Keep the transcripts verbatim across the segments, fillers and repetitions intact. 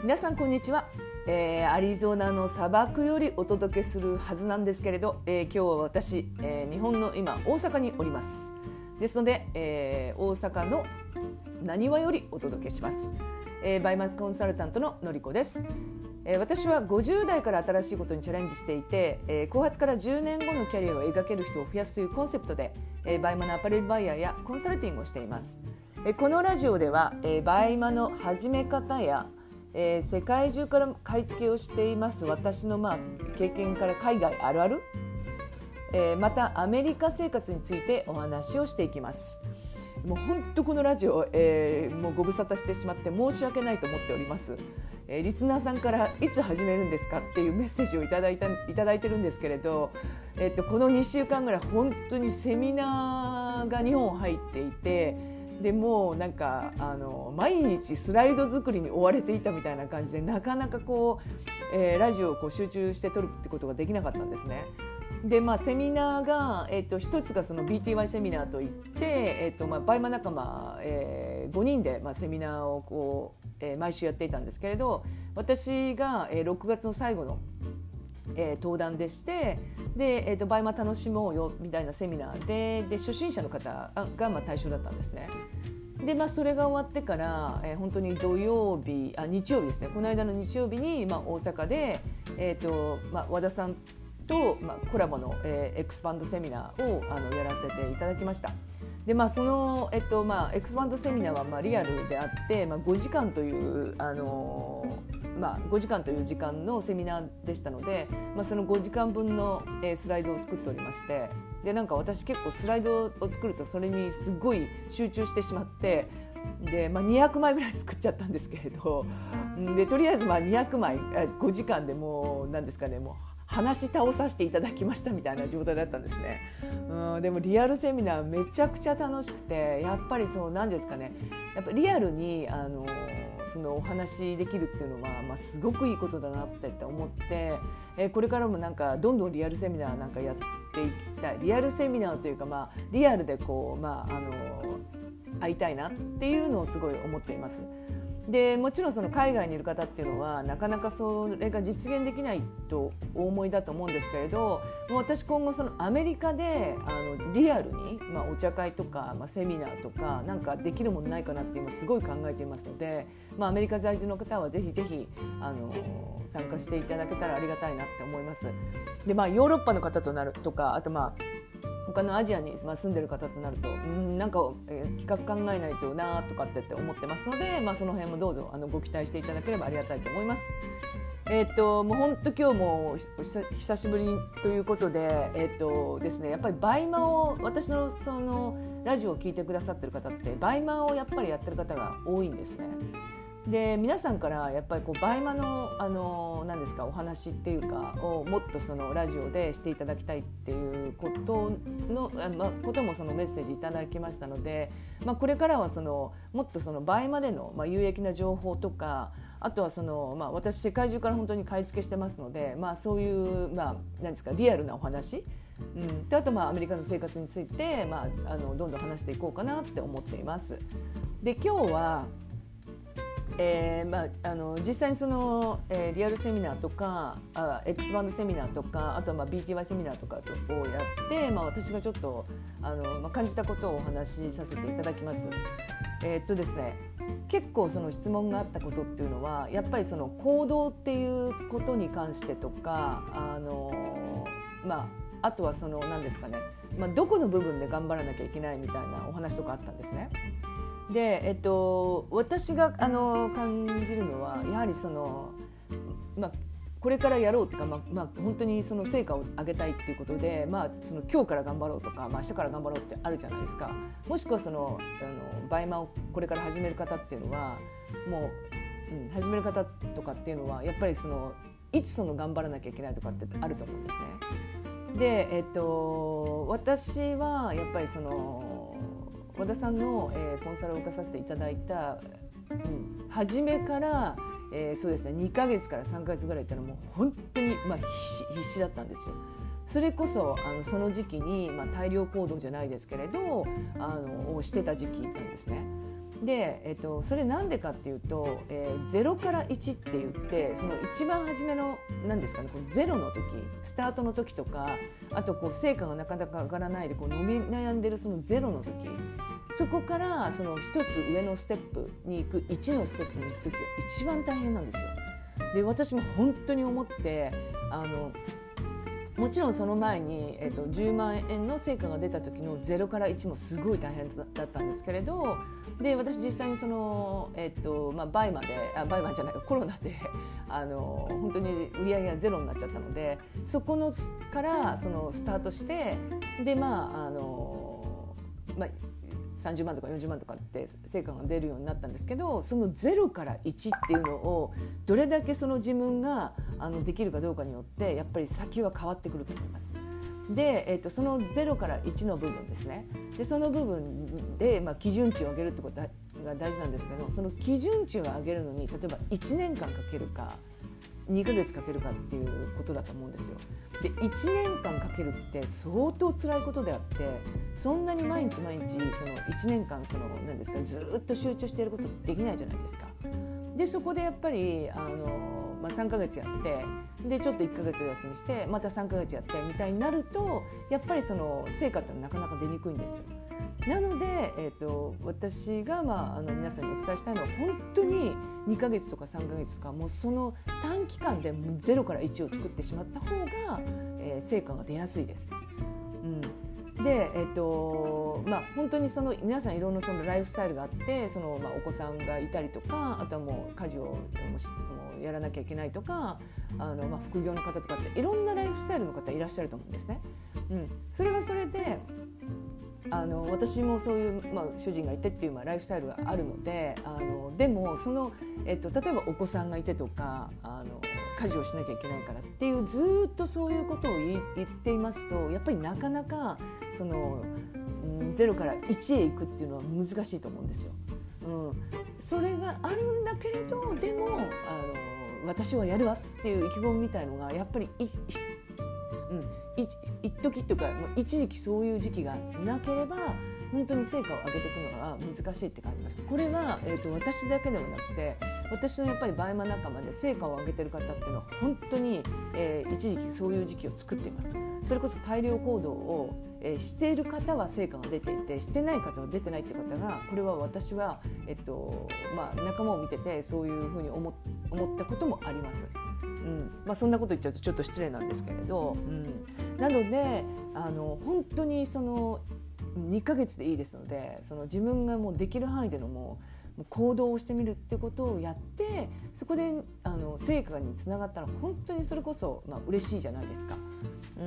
皆さんこんにちは、えー、アリゾナの砂漠よりお届けするはずなんですけれど、えー、今日は私、えー、日本の今大阪におりますですので、えー、大阪のなにわよりお届けします、えー、バイマックコンサルタントののりこです。えー、私はごじゅう代から新しいことにチャレンジしていて、えー、後発からじゅうねんごのキャリアを描ける人を増やすというコンセプトで、えー、バイマのアパレルバイヤーやコンサルティングをしています。えー、このラジオでは、えー、バイマの始め方やえー、世界中から買い付けをしています私の、まあ、経験から海外あるある、えー、またアメリカ生活についてお話をしていきます。もう本当このラジオ、えー、もうご無沙汰してしまって申し訳ないと思っております。えー、リスナーさんからいつ始めるんですかっていうメッセージをいただいた、いただいてるんですけれど、えー、とこのにしゅうかんぐらい本当にセミナーがにほん入っていて、でもうなんかあの毎日スライド作りに追われていたみたいな感じで、なかなかこう、えー、ラジオをこう集中して撮るってことができなかったんですね。で、まあ、セミナーが、えー、と一つがその ビーティーワイ セミナーといって、えーとまあ、バイマ仲間、えー、ごにんで、まあ、セミナーをこう、えー、毎週やっていたんですけれど、私が、えー、ろくがつの最後のえー、登壇でして、で、えーと、バイマ楽しもうよみたいなセミナー で, で初心者の方がまあ対象だったんですね。で、まあ、それが終わってから、えー、本当に土曜日あ日曜日ですね、この間の日曜日に、まあ、大阪で、えーとまあ、和田さんと、まあ、コラボの、えー、エクスパンドセミナーをあのやらせていただきました。で、まあ、その、えっとまあ、エクスパンドセミナーはまあリアルであって、まあ、ごじかんという、あのーまあ、ごじかんという時間のセミナーでしたので、まあ、そのごじかんぶんの、えー、スライドを作っておりまして、でなんか私結構スライドを作るとそれにすごい集中してしまって、で、まあ、にひゃくまいぐらい作っちゃったんですけれど、でとりあえずまあにひゃくまいごじかんでもう何ですかね、もう話し倒させていただきましたみたいな状態だったんですね。うん、でもリアルセミナーめちゃくちゃ楽しくて、やっぱりそうなんですかね、やっぱリアルにあのそのお話できるっていうのは、まあ、すごくいいことだなって思って、えー、これからもなんかどんどんリアルセミナーなんかやっていきたい。リアルセミナーというか、まあ、リアルでこう、まあ、あの会いたいなっていうのをすごい思っています。でもちろんその海外にいる方っていうのはなかなかそれが実現できないとお思いだと思うんですけれど、もう私今後そのアメリカであのリアルに、まあ、お茶会とか、まあ、セミナーとかなんかできるものないかなって今すごい考えていますので、まあ、アメリカ在住の方はぜひぜひあの参加していただけたらありがたいなって思います。で、まあ、ヨーロッパの方となるとか、あとまあ他のアジアに住んでる方となると、うんなんか、えー、企画考えないとなとかって思ってますので、まあ、その辺もどうぞあのご期待していただければありがたいと思います。えー、っともう本当今日も久しぶりということで、えー、っとですね、やっぱりバイマを私のそのラジオを聞いてくださってる方ってバイマをやっぱりやってる方が多いんですね。で皆さんからやっぱりこうバイマの、あの何ですかお話っていうかをもっとそのラジオでしていただきたいっていうことのあ、まあ、こともそのメッセージいただきましたので、まあ、これからはそのもっとそのバイマでの、まあ、有益な情報とか、あとはその、まあ、私世界中から本当に買い付けしてますので、まあ、そういう、まあ、何ですかリアルなお話、うん、であとまあアメリカの生活について、まあ、あのどんどん話していこうかなって思っています。で今日はえーまあ、あの実際にその、えー、リアルセミナーとかあ X バンドセミナーとか、あとは、まあ、ビーティーワイ セミナーとかをやって、まあ、私がちょっとあの、まあ、感じたことをお話しさせていただきます。えーっとですね、結構その質問があったことっていうのはやっぱりその行動っていうことに関してとか、あの、まあ、あとはその何ですかね、まあ、どこの部分で頑張らなきゃいけないみたいなお話とかあったんですね。で、えっと、私があの感じるのはやはりその、まあ、これからやろうというか、まあまあ、本当にその成果を上げたいっていうことで、まあ、その今日から頑張ろうとか、まあ、明日から頑張ろうってあるじゃないですか。もしくはそのあのバイマをこれから始める方っていうのはもう、うん、始める方とかっていうのはやっぱりそのいつその頑張らなきゃいけないとかってあると思うんですね。で、えっと、私はやっぱりその和田さんの、えー、コンサルを受けさせていただいた、うん、初めから、えー、そうですねにかげつからさんかげつぐらいいったらもう本当に、まあ、必死、必死だったんですよ。それこそあのその時期に、まあ、大量行動じゃないですけれどあのをしてた時期なんですね。 で、えっと、それなんでかっていうと、えー、ゼロからいちって言ってその一番初めの何ですかね、このゼロの時スタートの時とか、あとこう成果がなかなか上がらないでこう伸び悩んでるそのゼロの時、そこからその一つ上のステップに行くいちのステップに行く時が一番大変なんですよ。で私も本当に思ってあのもちろんその前に、えっと、じゅうまんえんの成果が出た時のゼロからいちもすごい大変だったんですけれど、で私実際にその、えっとまあ、倍まであ倍までじゃないコロナであの本当に売り上げがゼロになっちゃったので、そこのからそのスタートしてでまああの、まあ、さんじゅうまんとかよんじゅうまんとかって成果が出るようになったんですけど、そのゼロからいちっていうのをどれだけその自分があのできるかどうかによってやっぱり先は変わってくると思います。で、えー、とそのゼロからいちの部分ですね。でその部分で、まあ、基準値を上げるってことが大事なんですけど、その基準値を上げるのに例えばいちねんかんかけるかにかげつかけるかっていうことだと思うんですよ。でいちねんかんかけるって相当辛いことであって、そんなに毎日毎日そのいちねんかんその何ですかずっと集中していることできないじゃないですか。でそこでやっぱりあの、まあ、さんかげつやってでちょっといっかげつお休みしてまたさんかげつやってみたいになるとやっぱりその成果ってのはなかなか出にくいんですよ。なので、えー、と私が、まあ、あの皆さんにお伝えしたいのは本当ににかげつとかさんかげつとかもうその短期間でゼロからいちを作ってしまった方が、えー、成果が出やすいです。うん、で、えーとまあ、本当にその皆さんいろんなそのライフスタイルがあってその、まあ、お子さんがいたりとか、あとはもう家事をもうやらなきゃいけないとか、あの、まあ、副業の方とかっていろんなライフスタイルの方いらっしゃると思うんですね。うん、それはそれであの私もそういう、まあ、主人がいてっていう、まあ、ライフスタイルがあるので、あのでもその、えっと、例えばお子さんがいてとかあの家事をしなきゃいけないからっていうずっとそういうことを言っていますとやっぱりなかなかその、うん、ゼロからいちへ行くっていうのは難しいと思うんですよ。うん、それがあるんだけれどでもあの私はやるわっていう意気込みみたいのがやっぱりいうん、一時というか一時期そういう時期がなければ本当に成果を上げていくのが難しいって感じます。これは、えーと、私だけではなくて私のやっぱりバイマ仲間で成果を上げている方っていうのは本当に、えー、一時期そういう時期を作っています。それこそ大量行動を、えー、している方は成果が出ていてしてない方は出てないっていう方がこれは私は、えっとまあ、仲間を見ててそういうふうに思、思ったこともあります。うんまあ、そんなこと言っちゃうとちょっと失礼なんですけれど、うん、なのであの本当にそのにかげつでいいですのでその自分がもうできる範囲でのもう行動をしてみるってことをやってそこであの成果につながったら本当にそれこそ、まあ、嬉しいじゃないですか。うん、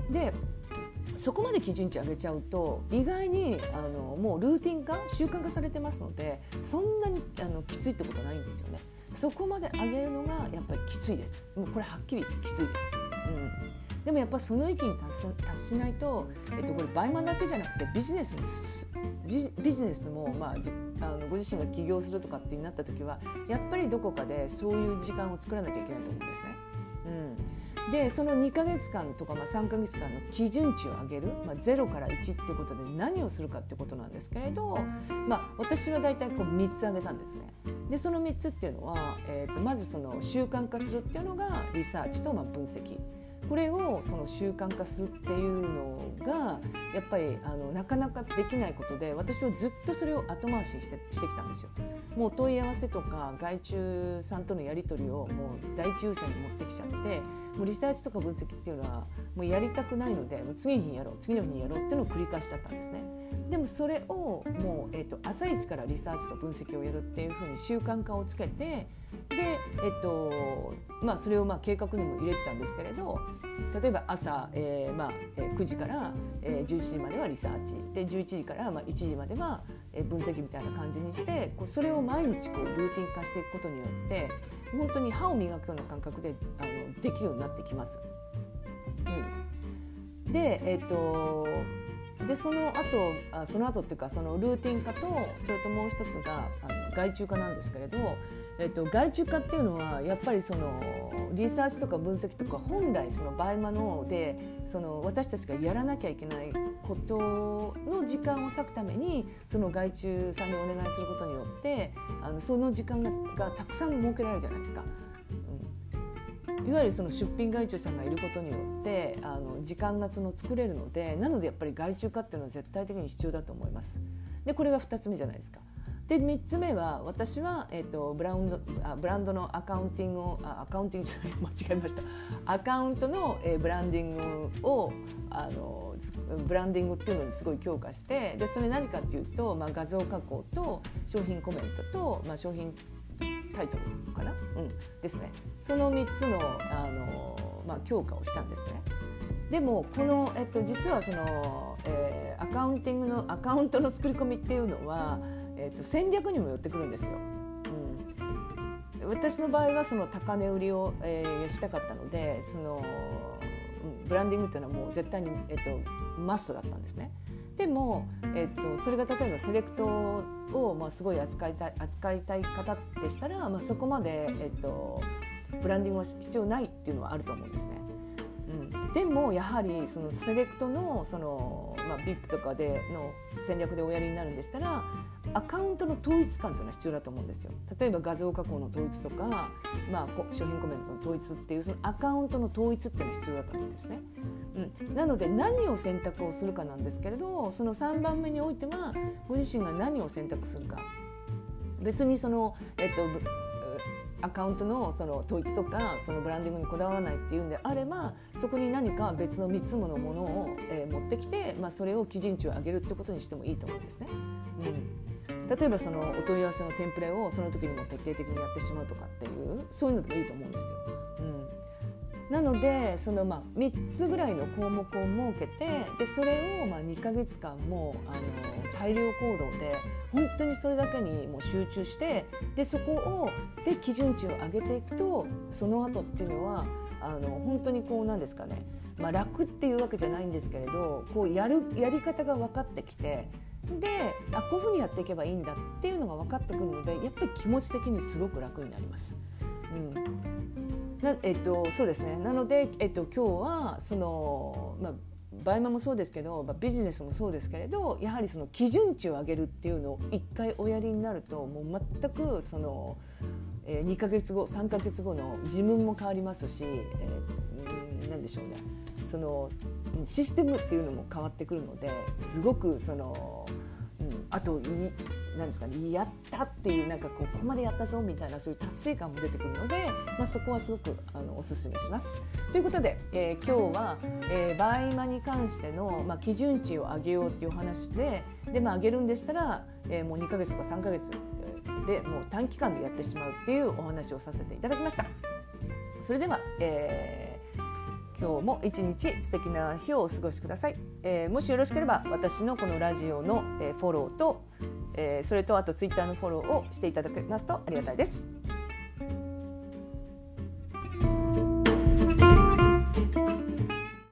でそこまで基準値上げちゃうと意外にあのもうルーティン化習慣化されてますのでそんなにあのきついってことないんですよね。そこまで上げるのがやっぱりきついです。もうこれはっきり言ってきついです。うん、でもやっぱその域に達し、達しないと、えっと、これバイマンだけじゃなくてビジネスもビビジネスも、まあ、じあのご自身が起業するとかってなった時はやっぱりどこかでそういう時間を作らなきゃいけないと思うんですね。うん、でそのにかげつかんとか、まあ、さんかげつかんの基準値を上げる、まあ、ゼロからいちってことで何をするかってことなんですけれど、まあ、私はだいたいこうみっつ挙げたんですね。でそのみっつっていうのは、えー、とまずその習慣化するっていうのがリサーチとまあ分析、これをその習慣化するっていうのがやっぱりあのなかなかできないことで私はずっとそれを後回しにしてしてきたんですよ。もう問い合わせとか外注さんとのやり取りをもう第一優先に持ってきちゃってもうリサーチとか分析っていうのはもうやりたくないのでもう次の日にやろう次の日にやろうっていうのを繰り返しちゃったんですね。でもそれをもう、えーと、朝一からリサーチと分析をやるっていうふうに習慣化をつけてで、えーとまあ、それをまあ計画にも入れてたんですけれど例えば朝、えーまあ、くじから、えー、じゅういちじまではリサーチでじゅういちじからまあいちじまでは分析みたいな感じにしてこうそれを毎日こうルーティン化していくことによって本当に歯を磨くような感覚であのできるようになってきます。うん、で、えーとでその後あその後っていうかそのルーティン化とそれともう一つがあの外注化なんですけれど、 えっと、外注化っていうのはやっぱりそのリサーチとか分析とか本来そのバイマノでその私たちがやらなきゃいけないことの時間を割くためにその外注さんにお願いすることによってあのその時間が、がたくさん設けられるじゃないですか。いわゆるその出品外注さんがいることによってあの時間がその作れるので、なのでやっぱり外注化っていうのは絶対的に必要だと思います。でこれがふたつめじゃないですか。でみっつめは私は、えー、とブラウンドあブランドのアカウンティングをあアカウンティングじゃない間違えましたアカウントの、えー、ブランディングをあのブランディングっていうのにすごい強化して、でそれ何かっていうと、まあ、画像加工と商品コメントと、まあ、商品タイトルかな、うん、ですね。そのみっつの、あの、まあ、強化をしたんですね。でもこの、えっと、実はその、えー、アカウンティングのアカウントの作り込みっていうのは、えっと、戦略にもよってくるんですよ。うん、私の場合はその高値売りを、えー、したかったので、その、うん、ブランディングっていうのはもう絶対に、えっと、マストだったんですね。でも、えっと、それが例えばセレクトを、まあ、すごい扱いたい、扱いたい方でしたら、まあ、そこまで、えっと、ブランディングは必要ないっていうのはあると思うんですね。うん、でもやはりそのセレクトの、その、まあ、ビップ とかでの戦略でおやりになるんでしたらアカウントの統一感というのは必要だと思うんですよ。例えば画像加工の統一とか、まあ、商品コメントの統一っていうそのアカウントの統一っていうのが必要だと思うんですね。うん、なので何を選択をするかなんですけれど、そのさんばんめにおいてはご自身が何を選択するか、別にその、えっと、アカウント の, その統一とかそのブランディングにこだわらないっていうんであれば、そこに何か別のみっつものものを、えー、持ってきて、まあ、それを基準値を上げるってことにしてもいいと思うんですね。うん、例えばそのお問い合わせのテンプレをその時にも徹底的にやってしまうとかっていう、そういうのでもいいと思うんですよ。うん、なのでそのまあみっつぐらいの項目を設けて、でそれをまあにかげつかんもあの大量行動で本当にそれだけにもう集中して、でそこをで基準値を上げていくと、その後っていうのはあの本当にこうなんですかね、まあ、楽っていうわけじゃないんですけれど、こうやるやり方が分かってきて、であこういうふうにやっていけばいいんだっていうのが分かってくるので、やっぱり気持ち的にすごく楽になります。うんなえっと、そうですね。なので、えっと、今日はその、まあバイマもそうですけど、ビジネスもそうですけれど、やはりその基準値を上げるっていうのを一回おやりになると、もう全くその、えー、にかげつごさんかげつごの自分も変わりますし、えー、なんでしょうね、そのシステムっていうのも変わってくるので、すごくその、うん、あとなんですかね、やったっていうなんかこうここまでやったぞみたいな、そういう達成感も出てくるので、まあ、そこはすごくあのおすすめします。ということで、えー、今日は、えー、バイマに関しての、まあ、基準値を上げようっていうお話で、で、まあ、上げるんでしたら、えー、もうにかげつとかさんかげつでもう短期間でやってしまうっていうお話をさせていただきました。それでは、えー、今日も一日素敵な日をお過ごしください。えー、もしよろしければ私のこのラジオの、えー、フォローと、えー、それとあとツイッターのフォローをしていただけますとありがたいです。